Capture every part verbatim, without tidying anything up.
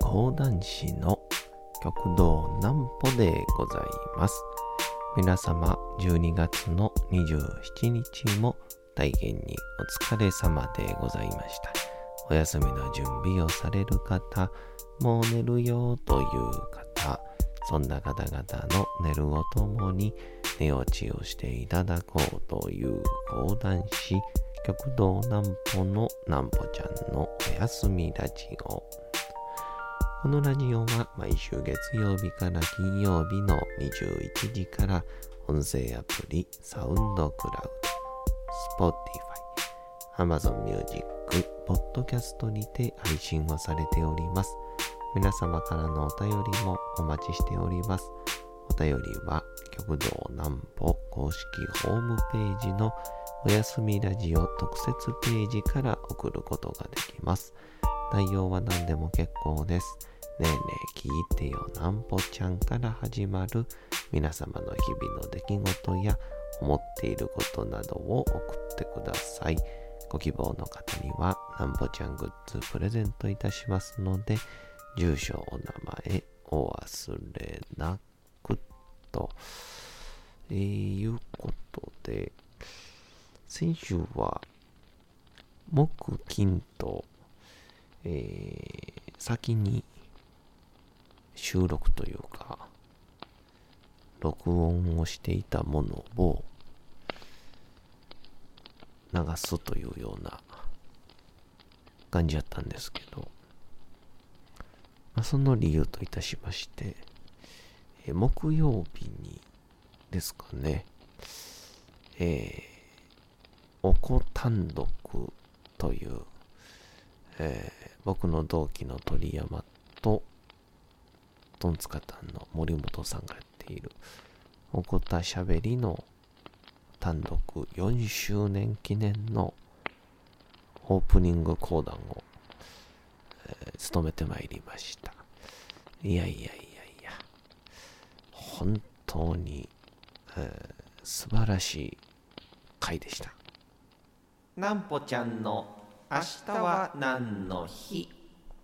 講談師の極道南歩でございます。皆様じゅうにがつのにじゅうしちにちも大変にお疲れ様でございました。お休みの準備をされる方、もう寝るよという方、そんな方々の寝るをともに寝落ちをしていただこうという講談師極道南歩の南歩ちゃんのおやすみラジオ。このラジオは毎週月曜日から金曜日のにじゅういちじから音声アプリサウンドクラウド、Spotify、Amazon Music、ポッドキャストにて配信をされております。皆様からのお便りもお待ちしております。お便りは極道南歩公式ホームページのおやすみラジオ特設ページから送ることができます。内容は何でも結構です。ねえねえ聞いてよ南歩ちゃんから始まる皆様の日々の出来事や思っていることなどを送ってください。ご希望の方には南歩ちゃんグッズプレゼントいたしますので、住所お名前お忘れなくと、えー、いうことで、先週は木金と、えー、先に収録というか録音をしていたものを流すというような感じだったんですけど、まあ、その理由といたしまして、えー、木曜日にですかね、えーおこ単独という、えー、僕の同期の鳥山とトンツカタンの森本さんがやっているおこたしゃべりの単独よんしゅうねん記念のオープニング講談を、えー、務めてまいりました。いやいやいやいや、本当に、えー、素晴らしい回でした。南歩ちゃんの明日は何の日。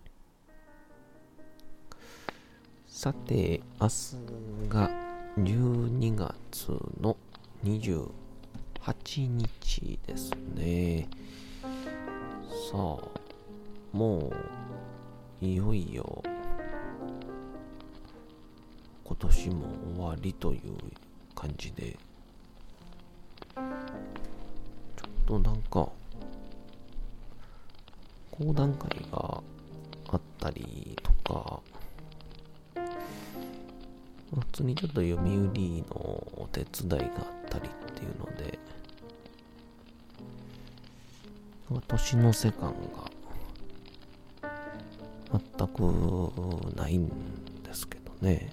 さて、明日がじゅうにがつのにじゅうはちにちですね。さあ、もういよいよ今年も終わりという感じで、となんか講談会があったりとか、普通にちょっと読売のお手伝いがあったりっていうので、年の瀬感が全くないんですけどね。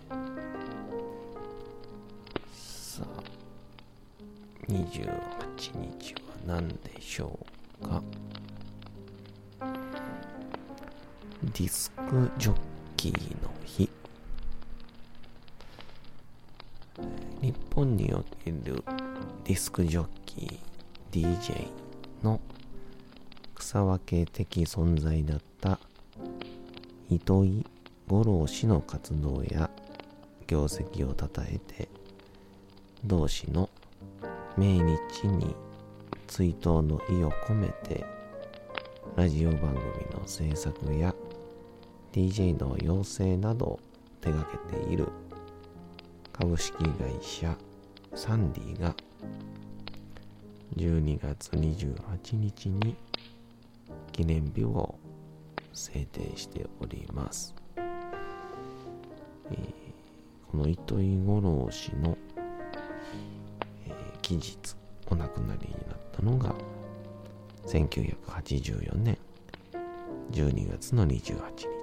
さあ、にじゅうはちにちは何でしょうか。ディスクジョッキーの日。日本におけるディスクジョッキー ディージェー の草分け的存在だった糸井五郎氏の活動や業績をたたえて、同氏の命日に追悼の意を込めてラジオ番組の制作や ディージェー の養成などを手掛けている株式会社サンディがじゅうにがつにじゅうはちにちに記念日を制定しております。えー、この糸井五郎氏の、えー、期日お亡くなりになったのがせんきゅうひゃくはちじゅうよねんじゅうにがつのにじゅうはちに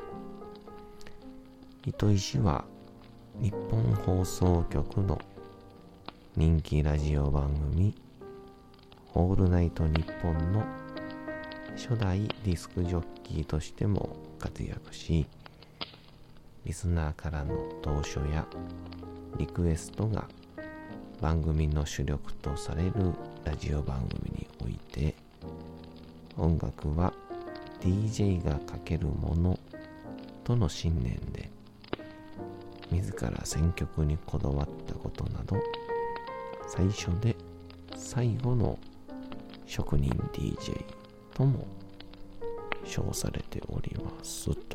ち。糸井氏は日本放送局の人気ラジオ番組オールナイトニッポンの初代ディスクジョッキーとしても活躍し、リスナーからの投書やリクエストが番組の主力とされるラジオ番組において、音楽は ディージェー がかけるものとの信念で自ら選曲にこだわったことなど、最初で最後の職人 ディージェー とも称されておりますと。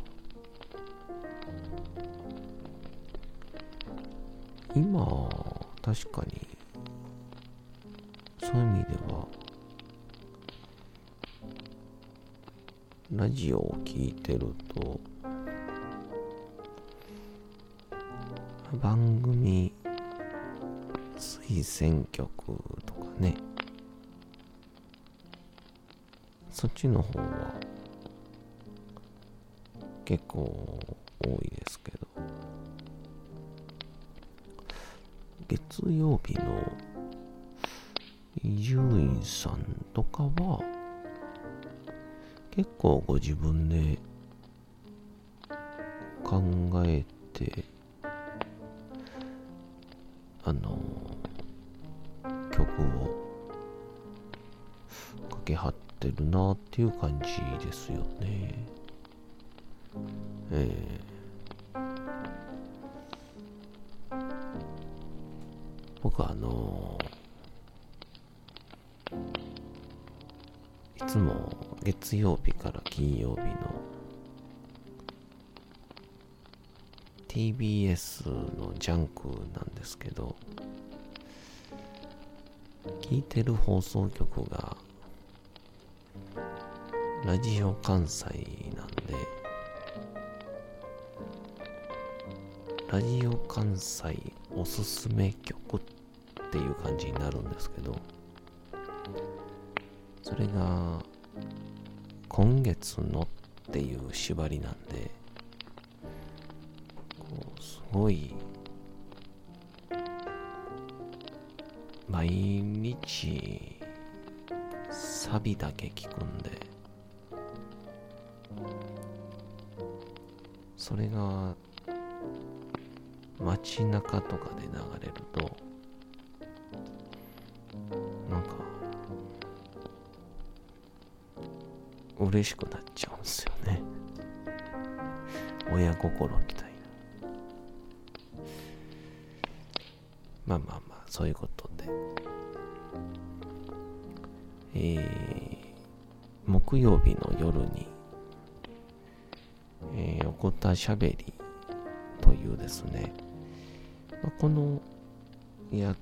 今確かにそういう意味ではラジオを聞いてると番組推薦曲とかね、そっちの方は結構多いですけど、月曜日の伊集院さんとかは結構ご自分で考えてあの曲をかけはってるなっていう感じですよね。えー、僕はあのいつも月曜日から金曜日の ティービーエス のジャンクなんですけど、聞いてる放送局がラジオ関西なんで、ラジオ関西おすすめ曲っていう感じになるんですけど、それが今月のっていう縛りなんで、こうすごい毎日サビだけ聞くんで、それが街中とかで流れるとなんか嬉しくなっちゃうんですよね。親心みたいな。まあまあまあそういうことで、えー、木曜日の夜に、えー、おこたしゃべりというですね、まあ、このいや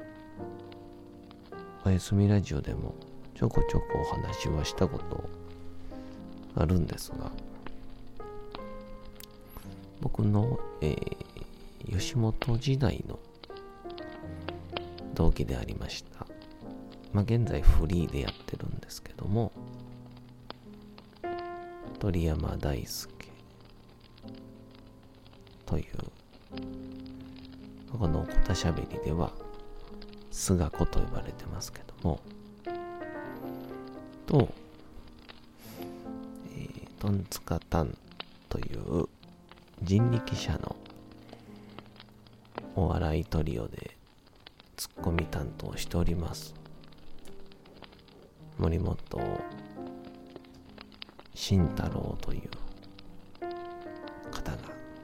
おやすみラジオでもちょこちょこお話はしたことあるんですが、僕の、えー、吉本時代の同期でありました、まあ、現在フリーでやってるんですけども、鳥山大輔というこのおこたしゃべりでは菅子と呼ばれてますけども、と、えー、トンツカタンという人力車のお笑いトリオでツッコミ担当しております森本慎太郎という方が、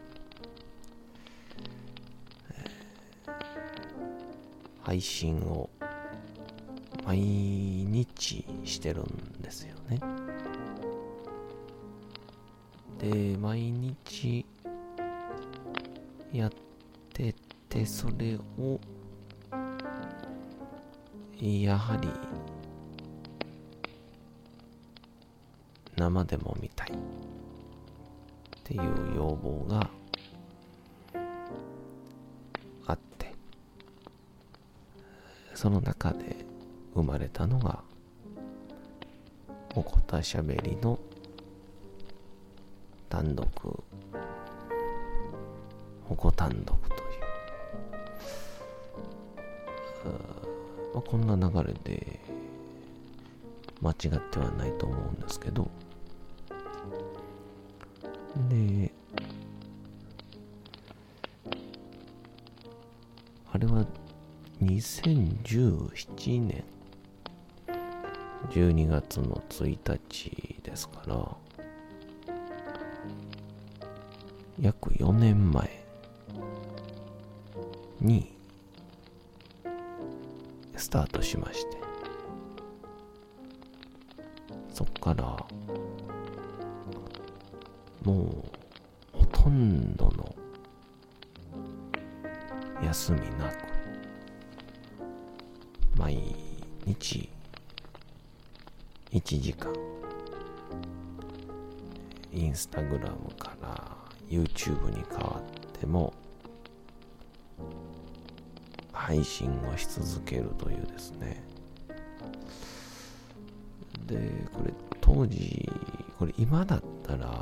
えー、配信を毎日してるんですよね。で、毎日やってて、それをやはり生でも見たいっていう要望があって、その中で生まれたのがおこたしゃべりの単独おこ単独という、まあ、こんな流れで間違ってはないと思うんですけど、であれはにせんじゅうななねんじゅうにがつのついたちですから、 約よねんまえにスタートしまして、そっからもうほとんどの休みなく毎日いちじかんインスタグラムから YouTube に変わっても配信をし続けるというですね。で、これ当時、これ今だったら、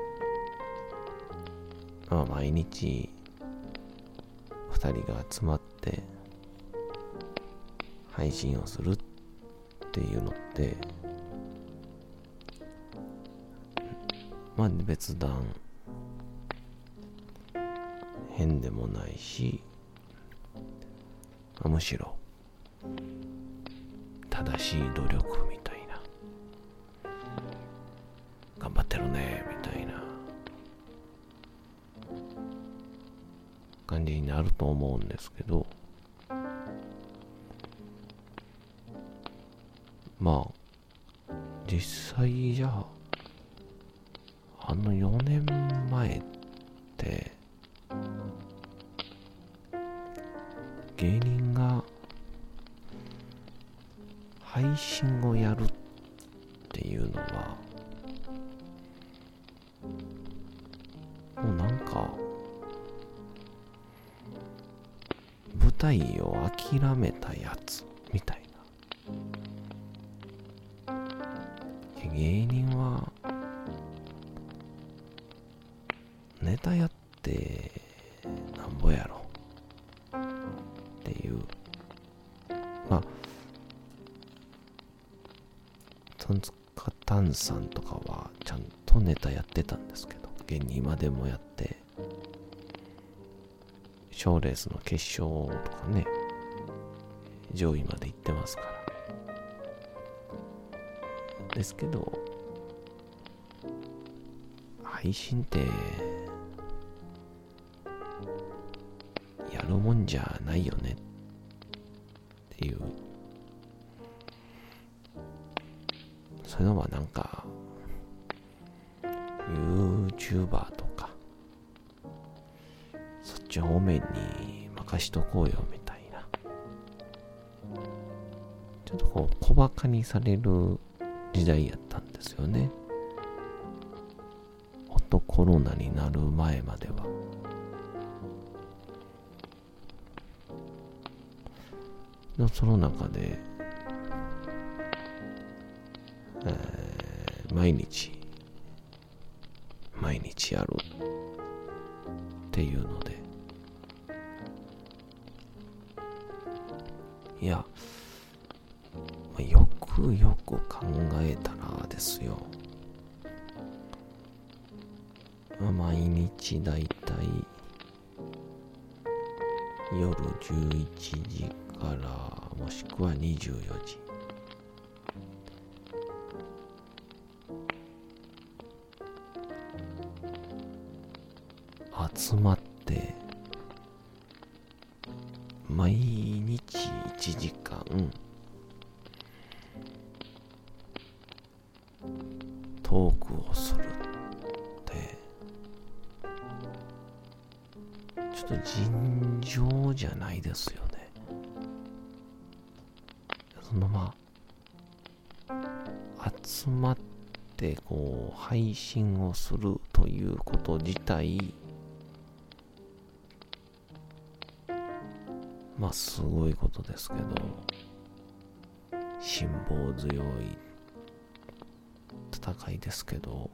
まあ、毎日ふたりが集まって配信をするっていうのってまあ別段変でもないし、まあ、むしろ正しい努力みたいな、頑張ってるねみたいな感じになると思うんですけど、まあ実際じゃああのよねんまえって芸人が配信をやるっていうのはもうなんか舞台を諦めたやつみたいな。芸人はネタやってなんぼやろっていう、まあトンツカタンさんとかはちゃんとネタやってたんですけど、現に今でもやって賞レースの決勝とかね上位まで行ってますから。ですけど配信ってやるもんじゃないよねっていう、そういうのはなんか YouTuber とかそっち方面に任しとこうよみたいな、ちょっとこう小馬鹿にされる時代やったんですよね。ほんとコロナになる前までは。その中で、えー、毎日毎日やるっていうので、いや、まあ、よくよく考えたらですよ、まあ、毎日だいたい夜じゅういちじからもしくはにじゅうよじ、集まって毎日いちじかんトークをするってちょっと尋常じゃないですよね。そのまあ集まってこう配信をするということ自体、まあすごいことですけど、辛抱強い戦いですけど、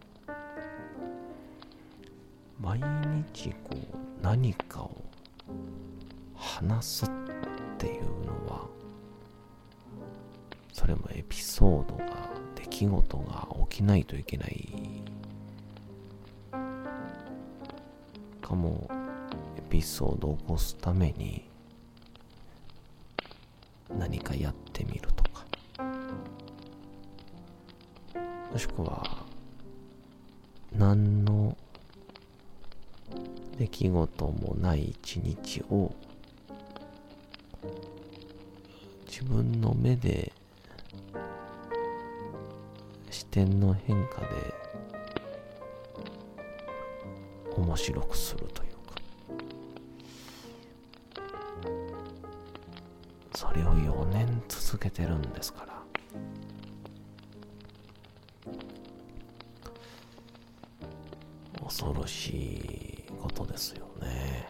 毎日こう何かを話すっていうのは、それもエピソードが出来事が起きないといけないかも、エピソードを起こすために何かやってみるとか、もしくは何の出来事もない一日を自分の目で視点の変化で面白くするというか、それをよねん続けてるんですから、恐ろしいことですよね。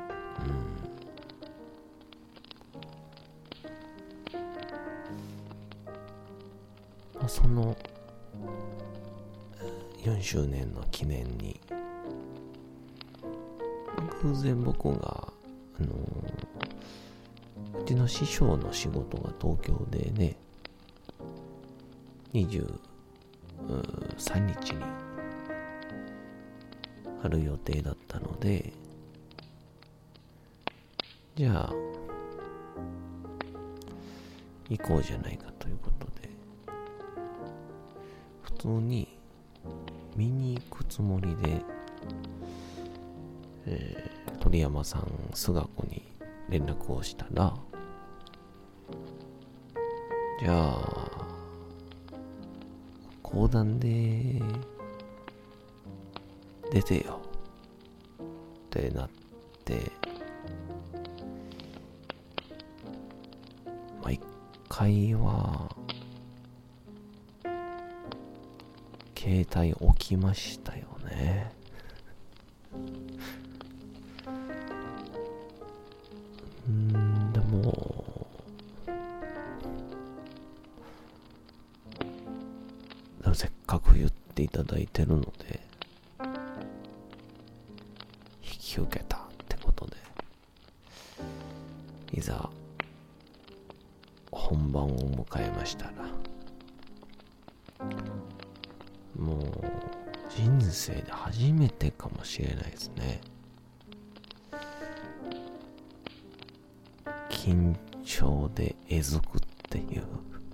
うん。そのよんしゅうねんの記念に偶然僕があのうちの師匠の仕事が東京でねにじゅうさんにちにある予定だったので、じゃあ行こうじゃないかということで、普通に見に行くつもりで、えー、鳥山さん、菅子に連絡をしたら、じゃあ講談で出てよってなって、まあ一回は携帯置きましたよね。んでもせっかく言っていただいてるので引き受けたってことで、いざ本番を迎えましたら、もう人生で初めてかもしれないですね。緊張でえずくっていう、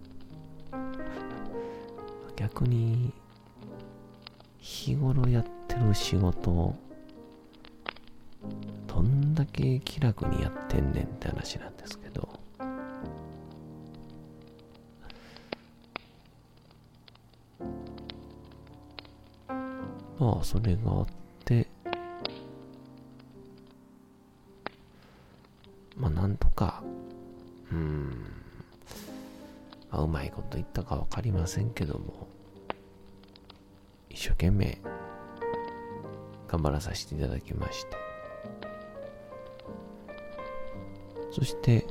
逆に日頃やってる仕事をどんだけ気楽にやってんねんって話なんですけど、まあそれがあって、まあなんとかうーん、まあ、うまいこと言ったかわかりませんけども、一生懸命頑張らさせていただきまして、そして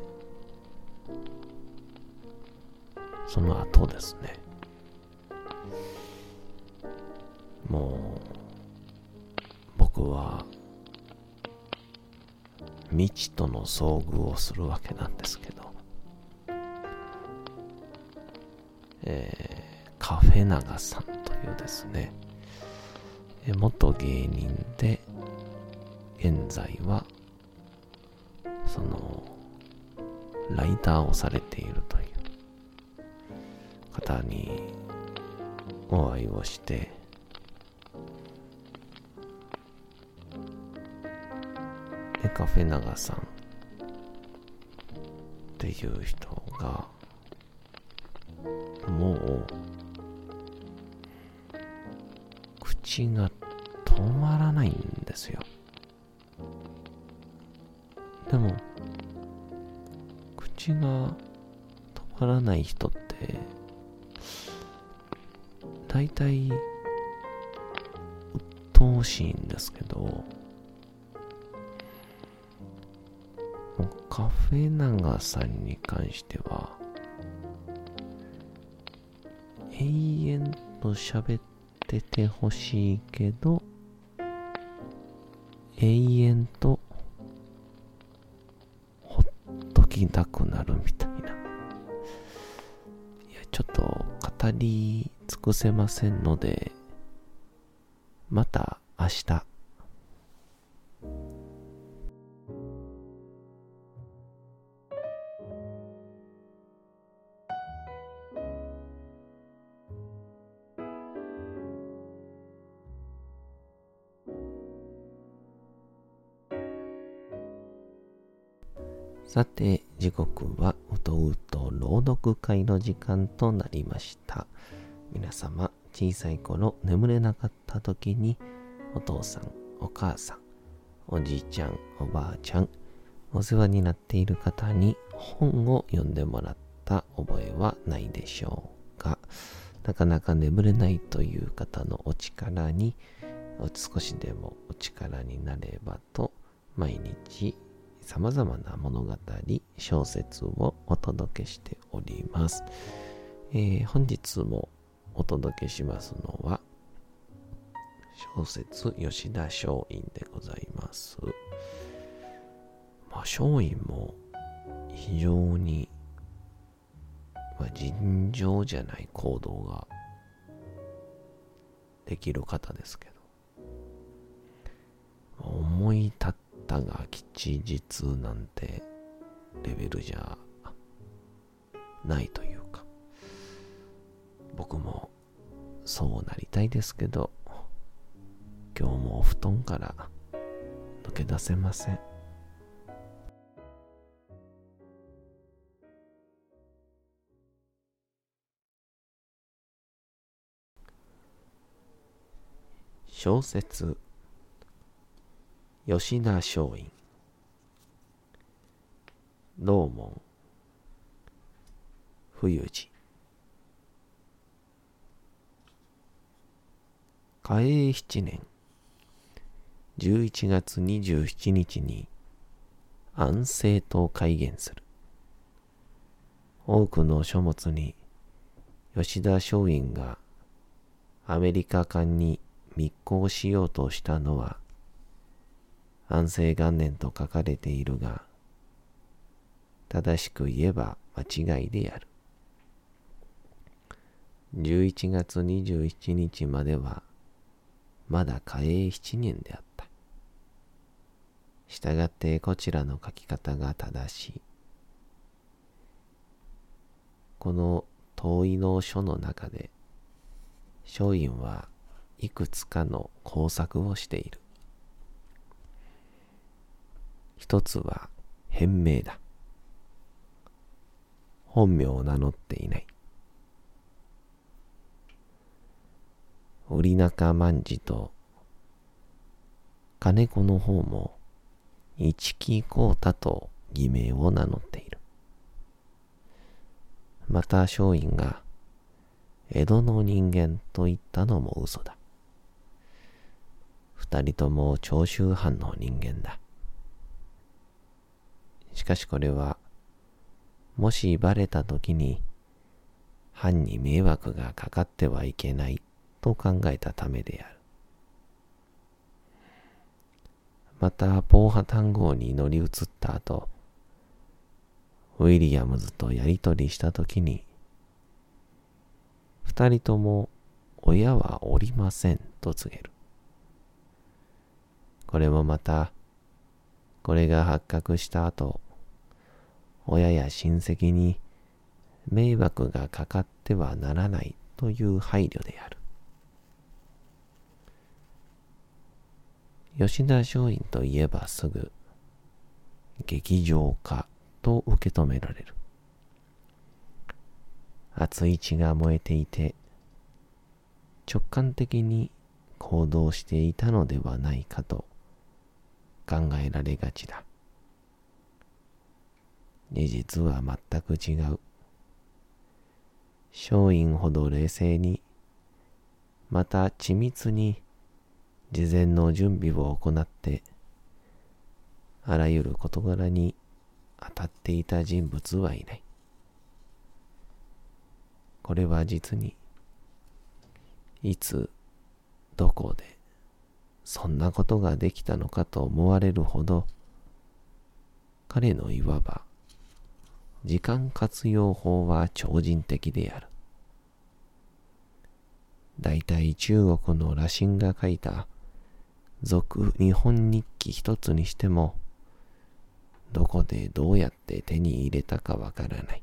その後ですね、もう僕は未知との遭遇をするわけなんですけど、えー、カフェナガさんというですね、元芸人で現在はそのライターをされているという方にお会いをして、でカフェナガさんっていう人がもう口が止まらないんですよ。でも口が止まらない人って大体鬱陶しいんですけど、カフェナガさんに関しては永遠と喋っててほしいけど永遠とほっときたくなるみたいな。いやちょっと語り尽くせませんので、また明日。 さて、時刻はうとうと朗読会の時間となりました。皆様、小さい頃眠れなかった時に、お父さん、お母さん、おじいちゃん、おばあちゃん、お世話になっている方に本を読んでもらった覚えはないでしょうか。なかなか眠れないという方のお力に、少しでもお力になればと、毎日様々な物語、小説をお届けしております。えー、本日もお届けしますのは、小説吉田松陰でございます。まあ、松陰も非常に、まあ、尋常じゃない行動ができる方ですけど、思い立ったが吉日なんてレベルじゃないというか、僕もそうなりたいですけど、今日もお布団から抜け出せません。小説吉田松陰。道門冬至。嘉永七年じゅういちがつにじゅうしちにちに安政と改元する。多くの書物に吉田松陰がアメリカ艦に密航しようとしたのは安政元年と書かれているが、正しく言えば間違いである。じゅういちがつにじゅうしちにちまではまだ嘉永七年であった。したがってこちらの書き方が正しい。この遠いの書の中で松陰はいくつかの工作をしている。一つは変名だ。本名を名乗っていない。売中万次と金子の方も一木幸太と偽名を名乗っている。また松陰が江戸の人間と言ったのも嘘だ。二人とも長州藩の人間だ。しかしこれはもしバレたときに藩に迷惑がかかってはいけないと考えたためである。またポーハ単号に乗り移った後、ウィリアムズとやりとりしたときに、二人とも親はおりませんと告げる。これもまた、これが発覚した後、親や親戚に迷惑がかかってはならないという配慮である。吉田松陰といえばすぐ劇場家と受け止められる。熱い血が燃えていて直感的に行動していたのではないかと考えられがちだ。事実は全く違う。松陰ほど冷静に、また緻密に事前の準備を行って、あらゆる事柄に当たっていた人物はいない。これは実に、いつ、どこで、そんなことができたのかと思われるほど、彼のいわば、時間活用法は超人的である。だいたい中国の羅針が書いた俗日本日記一つにしても、どこでどうやって手に入れたかわからない。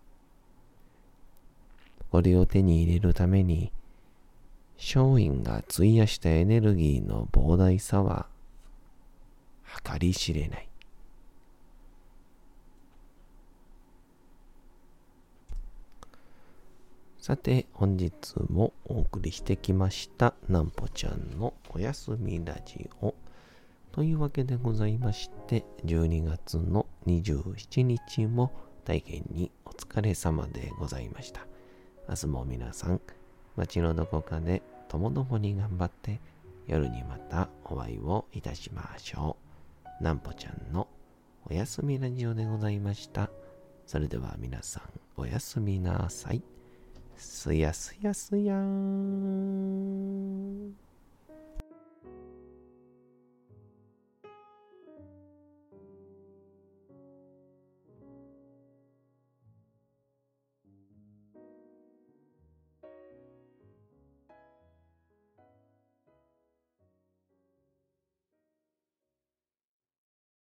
これを手に入れるために、松陰が費やしたエネルギーの膨大さは計り知れない。 さて、本日もお送りしてきました、なんぽちゃんのおやすみラジオ。というわけでございまして、じゅうにがつのにじゅうしちにちも大変にお疲れ様でございました。明日も皆さん、街のどこかでともどもに頑張って、夜にまたお会いをいたしましょう。なんぽちゃんのおやすみラジオでございました。それでは皆さん、おやすみなさい。すやすやすやーん。